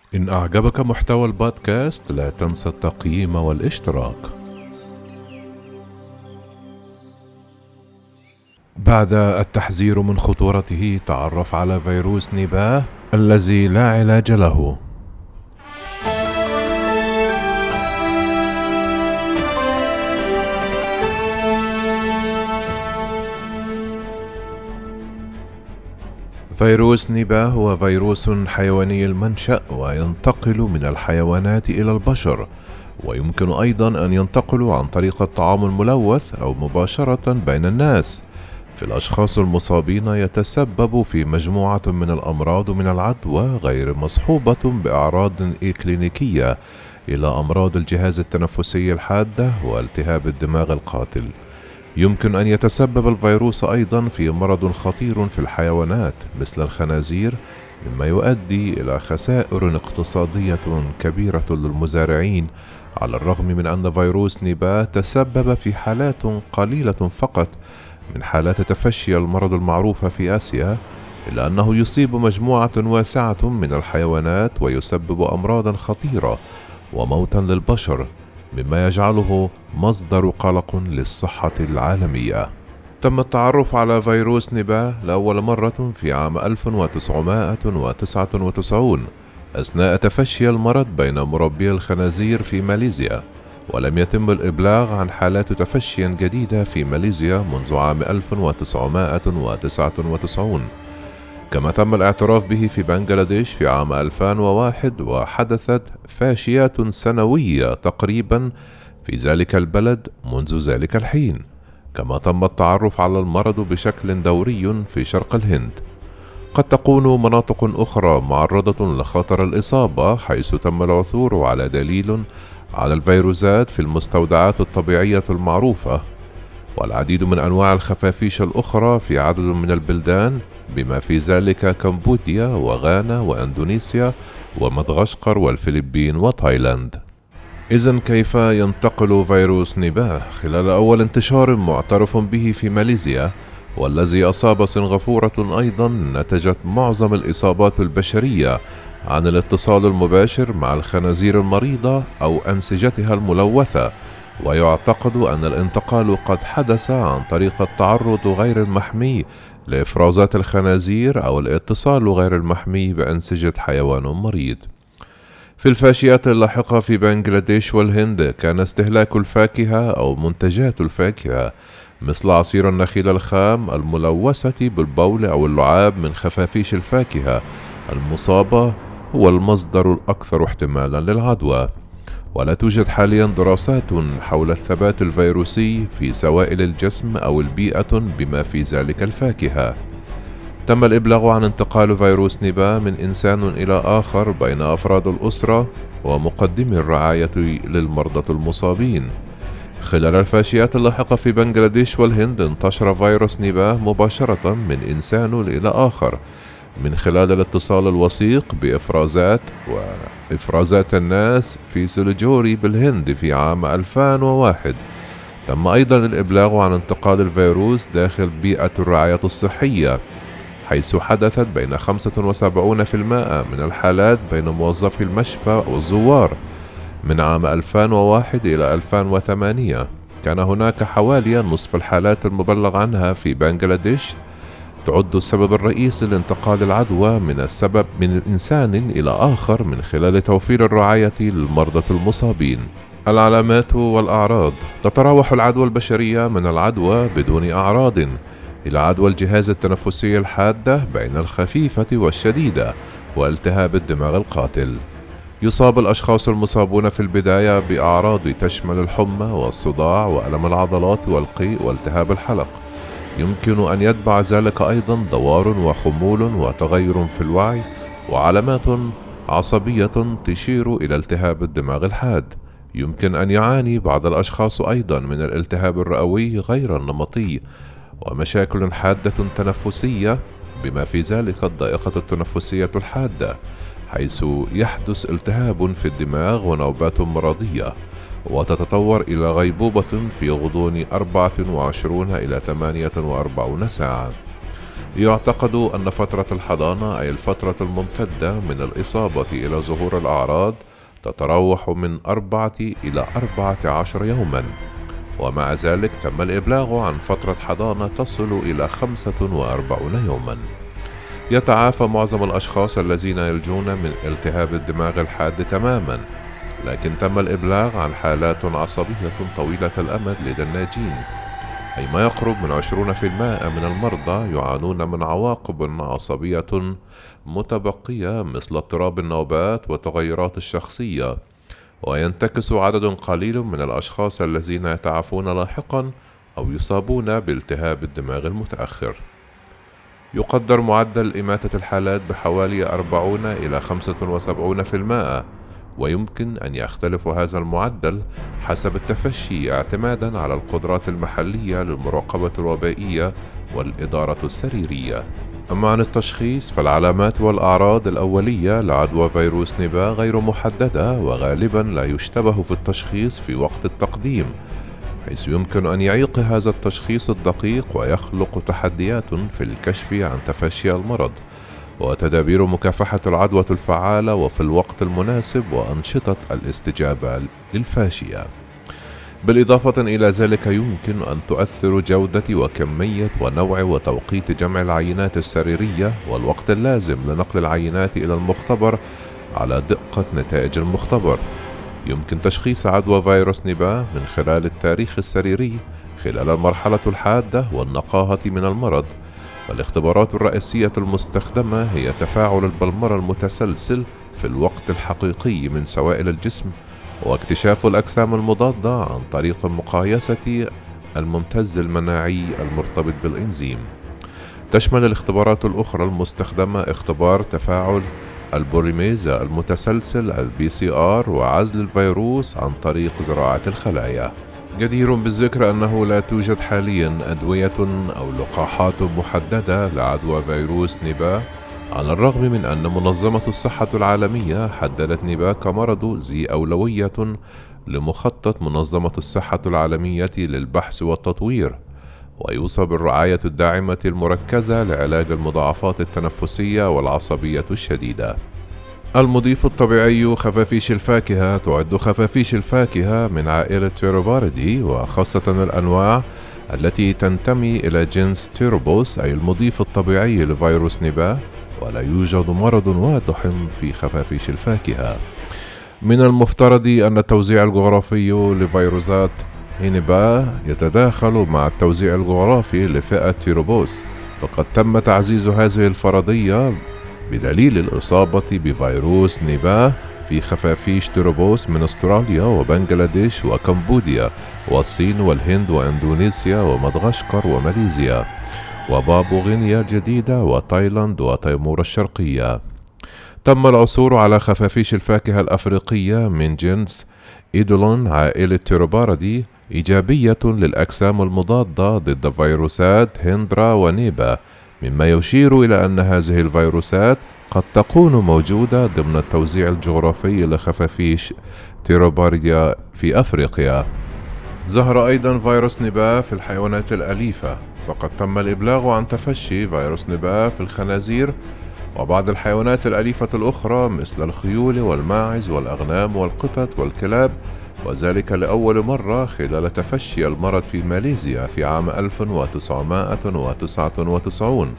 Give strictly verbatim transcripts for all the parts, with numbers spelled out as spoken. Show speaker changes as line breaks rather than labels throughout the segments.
إن أعجبك محتوى البودكاست لا تنسى التقييم والاشتراك. بعد التحذير من خطورته، تعرف على فيروس نيباه الذي لا علاج له. فيروس نيباه هو فيروس حيواني المنشأ، وينتقل من الحيوانات إلى البشر، ويمكن أيضا أن ينتقل عن طريق الطعام الملوث أو مباشرة بين الناس. في الأشخاص المصابين يتسبب في مجموعة من الأمراض من العدوى غير مصحوبة بأعراض إكلينيكية إلى أمراض الجهاز التنفسي الحادة والتهاب الدماغ القاتل. يمكن أن يتسبب الفيروس أيضا في مرض خطير في الحيوانات مثل الخنازير، مما يؤدي إلى خسائر اقتصادية كبيرة للمزارعين، على الرغم من أن فيروس نيباه تسبب في حالات قليلة فقط من حالات تفشي المرض المعروفة في آسيا، إلا أنه يصيب مجموعة واسعة من الحيوانات ويسبب أمراضا خطيرة وموتا للبشر، مما يجعله مصدر قلق للصحة العالمية. تم التعرف على فيروس نيباه لأول مرة في عام ألف وتسعمائة وتسعة وتسعين أثناء تفشي المرض بين مربي الخنازير في ماليزيا، ولم يتم الإبلاغ عن حالات تفشي جديدة في ماليزيا منذ عام ألف وتسعمائة وتسعة وتسعين. كما تم الاعتراف به في بنغلاديش في عام ألفين وواحد، وحدثت فاشيات سنوية تقريبا في ذلك البلد منذ ذلك الحين. كما تم التعرف على المرض بشكل دوري في شرق الهند. قد تكون مناطق أخرى معرضة لخطر الإصابة، حيث تم العثور على دليل على الفيروسات في المستودعات الطبيعية المعروفة، والعديد من أنواع الخفافيش الأخرى في عدد من البلدان، بما في ذلك كمبوديا وغانا وأندونيسيا ومدغشقر والفلبين وتايلاند. إذن كيف ينتقل فيروس نيباه؟ خلال أول انتشار معترف به في ماليزيا، والذي أصاب سنغافورة أيضا، نتجت معظم الإصابات البشرية عن الاتصال المباشر مع الخنازير المريضة أو أنسجتها الملوثة، ويعتقد أن الانتقال قد حدث عن طريق التعرض غير المحمي لإفرازات الخنازير أو الاتصال غير المحمي بأنسجة حيوان مريض. في الفاشيات اللاحقة في بنغلاديش والهند، كان استهلاك الفاكهة أو منتجات الفاكهة مثل عصير النخيل الخام الملوثة بالبول أو اللعاب من خفافيش الفاكهة المصابة هو المصدر الأكثر احتمالا للعدوى. ولا توجد حاليا دراسات حول الثبات الفيروسي في سوائل الجسم أو البيئة بما في ذلك الفاكهة. تم الإبلاغ عن انتقال فيروس نيباه من إنسان إلى آخر بين أفراد الأسرة ومقدمي الرعاية للمرضى المصابين. خلال الفاشيات اللاحقة في بنغلاديش والهند، انتشر فيروس نيباه مباشرة من إنسان إلى آخر من خلال الاتصال الوثيق بإفرازات وإفرازات الناس في سيليجوري بالهند في عام ألفين وواحد. تم أيضا الإبلاغ عن انتقال الفيروس داخل بيئة الرعاية الصحية، حيث حدثت بين خمسة وسبعين بالمئة من الحالات بين موظفي المشفى والزوار. من عام ألفين وواحد إلى ألفين وثمانية كان هناك حوالي نصف الحالات المبلغ عنها في بنغلاديش تعد السبب الرئيسي لانتقال العدوى من السبب من إنسان إلى آخر من خلال توفير الرعاية للمرضى المصابين. العلامات والأعراض: تتراوح العدوى البشرية من العدوى بدون أعراض إلى عدوى الجهاز التنفسي الحادة بين الخفيفة والشديدة والتهاب الدماغ القاتل. يصاب الأشخاص المصابون في البداية بأعراض تشمل الحمى والصداع وألم العضلات والقيء والتهاب الحلق. يمكن أن يتبع ذلك أيضا دوار وخمول وتغير في الوعي وعلامات عصبية تشير إلى التهاب الدماغ الحاد. يمكن أن يعاني بعض الأشخاص أيضا من الالتهاب الرئوي غير النمطي ومشاكل حادة تنفسية، بما في ذلك الضائقة التنفسية الحادة، حيث يحدث التهاب في الدماغ ونوبات مرضية، وتتطور إلى غيبوبة في غضون أربعة وعشرين إلى ثمانية وأربعين ساعة. يعتقد أن فترة الحضانة أي الفترة الممتدة من الإصابة إلى ظهور الأعراض تتراوح من أربعة إلى أربعة عشر يومًا، ومع ذلك تم الإبلاغ عن فترة حضانة تصل إلى خمسة وأربعين يومًا. يتعافى معظم الأشخاص الذين يلجون من التهاب الدماغ الحاد تمامًا، لكن تم الإبلاغ عن حالات عصبية طويلة الأمد لدى الناجين، أي ما يقرب من عشرين بالمئة من المرضى يعانون من عواقب عصبية متبقية مثل اضطراب النوبات وتغيرات الشخصية، وينتكس عدد قليل من الأشخاص الذين يتعافون لاحقا أو يصابون بالتهاب الدماغ المتأخر. يقدر معدل إماتة الحالات بحوالي أربعين إلى خمسة وسبعين بالمئة، ويمكن أن يختلف هذا المعدل حسب التفشي اعتمادا على القدرات المحلية للمراقبة الوبائية والإدارة السريرية. أما عن التشخيص فالعلامات والأعراض الأولية لعدوى فيروس نيبا غير محددة، وغالبا لا يشتبه في التشخيص في وقت التقديم، حيث يمكن أن يعيق هذا التشخيص الدقيق ويخلق تحديات في الكشف عن تفشي المرض وتدابير مكافحة العدوى الفعالة وفي الوقت المناسب وأنشطة الاستجابة للفاشية. بالإضافة إلى ذلك يمكن أن تؤثر جودة وكمية ونوع وتوقيت جمع العينات السريرية والوقت اللازم لنقل العينات إلى المختبر على دقة نتائج المختبر. يمكن تشخيص عدوى فيروس نيبا من خلال التاريخ السريري خلال المرحلة الحادة والنقاهة من المرض. الاختبارات الرئيسية المستخدمة هي تفاعل البلمرة المتسلسل في الوقت الحقيقي من سوائل الجسم، واكتشاف الأجسام المضادة عن طريق مقايسة الممتز المناعي المرتبط بالإنزيم. تشمل الاختبارات الأخرى المستخدمة اختبار تفاعل البوليميزا المتسلسل البي سي آر وعزل الفيروس عن طريق زراعة الخلايا. جدير بالذكر أنه لا توجد حاليا أدوية أو لقاحات محددة لعدوى فيروس نيبا، على الرغم من أن منظمة الصحة العالمية حددت نيبا كمرض ذي أولوية لمخطط منظمة الصحة العالمية للبحث والتطوير، ويوصى بالرعاية الداعمة المركزة لعلاج المضاعفات التنفسية والعصبية الشديدة. المضيف الطبيعي خفافيش الفاكهة. تعد خفافيش الفاكهة من عائلة تيروباردي، وخاصة الأنواع التي تنتمي إلى جنس تيروبوس أي المضيف الطبيعي لفيروس نيبا، ولا يوجد مرض واضح في خفافيش الفاكهة. من المفترض أن التوزيع الجغرافي لفيروسات نيبا يتداخل مع التوزيع الجغرافي لفئة تيروبوس، فقد تم تعزيز هذه الفرضية بدليل الإصابة بفيروس نيبا في خفافيش تيروبوس من أستراليا وبنغلاديش وكمبوديا والصين والهند وإندونيسيا ومدغشقر وماليزيا وبابو غينيا الجديدة وتايلاند وتيمور الشرقية. تم العثور على خفافيش الفاكهة الأفريقية من جنس إيدولون عائلة تيروباردي إيجابية للأجسام المضادة ضد فيروسات هندرا ونيبا، مما يشير إلى أن هذه الفيروسات قد تكون موجودة ضمن التوزيع الجغرافي لخفافيش تيروبارديا في أفريقيا. ظهر أيضا فيروس نيبا في الحيوانات الأليفة، فقد تم الإبلاغ عن تفشي فيروس نيبا في الخنازير وبعض الحيوانات الأليفة الأخرى مثل الخيول والماعز والأغنام والقطط والكلاب، وذلك لأول مرة خلال تفشي المرض في ماليزيا في عام ألف وتسعمائة وتسعة وتسعين.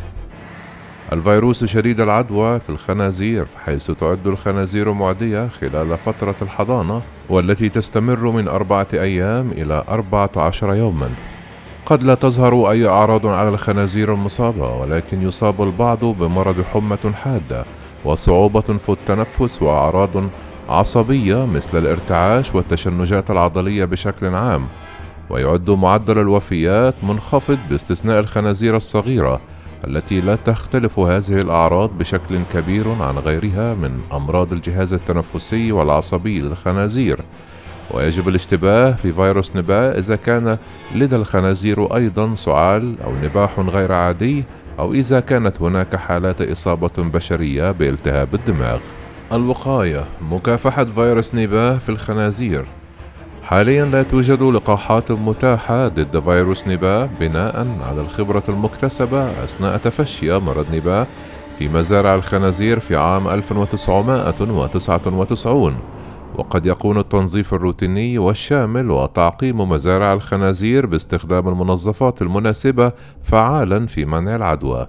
الفيروس شديد العدوى في الخنازير، حيث تعد الخنازير معدية خلال فترة الحضانة والتي تستمر من أربعة أيام إلى أربعة عشر يوما. قد لا تظهر أي أعراض على الخنازير المصابة، ولكن يصاب البعض بمرض حمى حادة وصعوبة في التنفس وأعراض عصبية مثل الارتعاش والتشنجات العضلية بشكل عام. ويعد معدل الوفيات منخفض باستثناء الخنازير الصغيرة التي لا تختلف هذه الأعراض بشكل كبير عن غيرها من أمراض الجهاز التنفسي والعصبي للخنازير. ويجب الاشتباه في فيروس نيبا إذا كان لدى الخنازير أيضا سعال أو نباح غير عادي، أو إذا كانت هناك حالات إصابة بشرية بالتهاب الدماغ. الوقاية. مكافحة فيروس نيبا في الخنازير. حاليا لا توجد لقاحات متاحة ضد فيروس نيباه بناء على الخبرة المكتسبة أثناء تفشي مرض نيباه في مزارع الخنازير في عام ألف وتسعمائة وتسعة وتسعين، وقد يكون التنظيف الروتيني والشامل وتعقيم مزارع الخنازير باستخدام المنظفات المناسبة فعالا في منع العدوى.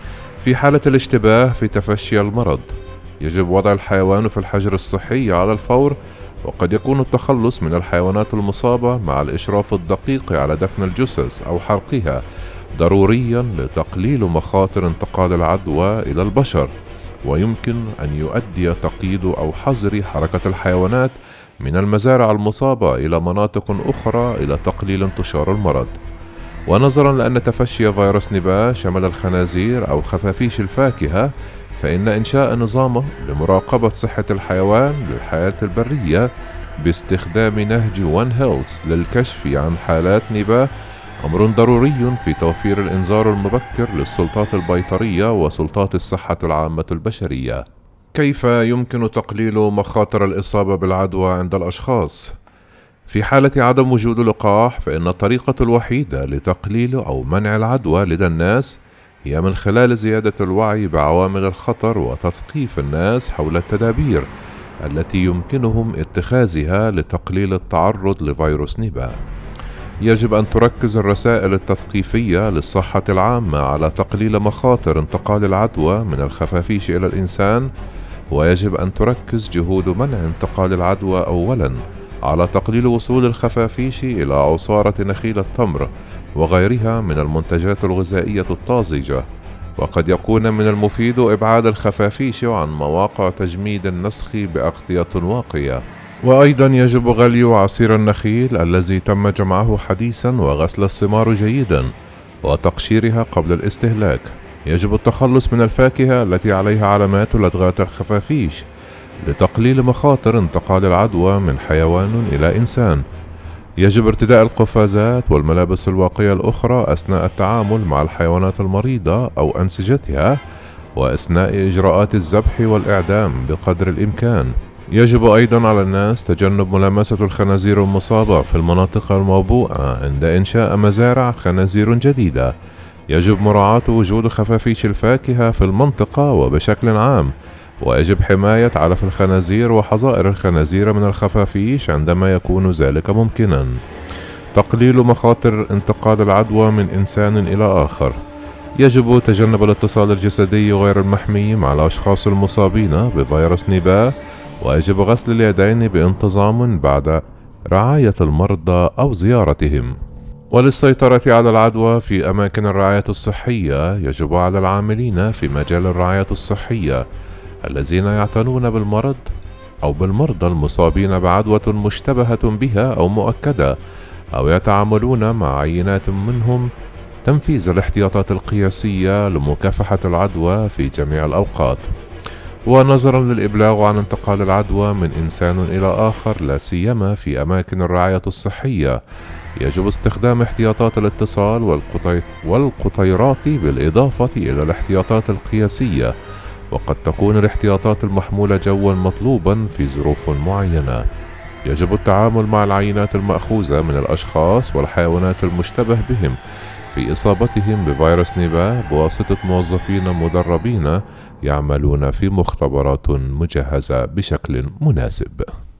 في حالة الاشتباه في تفشي المرض يجب وضع الحيوان في الحجر الصحي على الفور، وقد يكون التخلص من الحيوانات المصابة مع الإشراف الدقيق على دفن الجثث أو حرقها ضروريا لتقليل مخاطر انتقال العدوى إلى البشر، ويمكن أن يؤدي تقييد أو حظر حركة الحيوانات من المزارع المصابة إلى مناطق أخرى إلى تقليل انتشار المرض. ونظرا لأن تفشي فيروس نيباه شمل الخنازير أو خفافيش الفاكهة، فإن إنشاء نظام لمراقبة صحة الحيوان للحياة البرية باستخدام نهج وان هيلث للكشف عن حالات نيباه أمر ضروري في توفير الإنذار المبكر للسلطات البيطرية وسلطات الصحة العامة البشرية. كيف يمكن تقليل مخاطر الإصابة بالعدوى عند الأشخاص؟ في حالة عدم وجود لقاح، فإن الطريقة الوحيدة لتقليل أو منع العدوى لدى الناس هي من خلال زيادة الوعي بعوامل الخطر وتثقيف الناس حول التدابير التي يمكنهم اتخاذها لتقليل التعرض لفيروس نيباه. يجب أن تركز الرسائل التثقيفية للصحة العامة على تقليل مخاطر انتقال العدوى من الخفافيش إلى الإنسان، ويجب أن تركز جهود منع انتقال العدوى أولاً على تقليل وصول الخفافيش إلى عصارة نخيل التمر وغيرها من المنتجات الغذائية الطازجة، وقد يكون من المفيد إبعاد الخفافيش عن مواقع تجميد النسخ بأغطية واقية. وأيضا يجب غلي عصير النخيل الذي تم جمعه حديثا وغسل الثمار جيدا وتقشيرها قبل الاستهلاك. يجب التخلص من الفاكهة التي عليها علامات لدغات الخفافيش لتقليل مخاطر انتقال العدوى من حيوان إلى إنسان. يجب ارتداء القفازات والملابس الواقية الأخرى أثناء التعامل مع الحيوانات المريضة أو أنسجتها وأثناء إجراءات الذبح والإعدام بقدر الإمكان. يجب أيضا على الناس تجنب ملامسة الخنازير المصابة في المناطق الموبوءة عند إنشاء مزارع خنازير جديدة. يجب مراعاة وجود خفافيش الفاكهة في المنطقة وبشكل عام، ويجب حماية علف الخنازير وحظائر الخنازير من الخفافيش عندما يكون ذلك ممكنا. تقليل مخاطر انتقال العدوى من إنسان إلى آخر. يجب تجنب الاتصال الجسدي غير المحمي مع الأشخاص المصابين بفيروس نيباه، ويجب غسل اليدين بانتظام بعد رعاية المرضى أو زيارتهم. وللسيطرة على العدوى في أماكن الرعاية الصحية، يجب على العاملين في مجال الرعاية الصحية الذين يعتنون بالمرض أو بالمرضى المصابين بعدوى مشتبهة بها أو مؤكدة أو يتعاملون مع عينات منهم تنفيذ الاحتياطات القياسية لمكافحة العدوى في جميع الأوقات. ونظرا للإبلاغ عن انتقال العدوى من إنسان إلى آخر لا سيما في أماكن الرعاية الصحية، يجب استخدام احتياطات الاتصال والقطي... والقطيرات بالإضافة إلى الاحتياطات القياسية، وقد تكون الاحتياطات المحمولة جوا مطلوبا في ظروف معينة. يجب التعامل مع العينات المأخوذة من الأشخاص والحيوانات المشتبه بهم في إصابتهم بفيروس نيباه بواسطة موظفين مدربين يعملون في مختبرات مجهزة بشكل مناسب.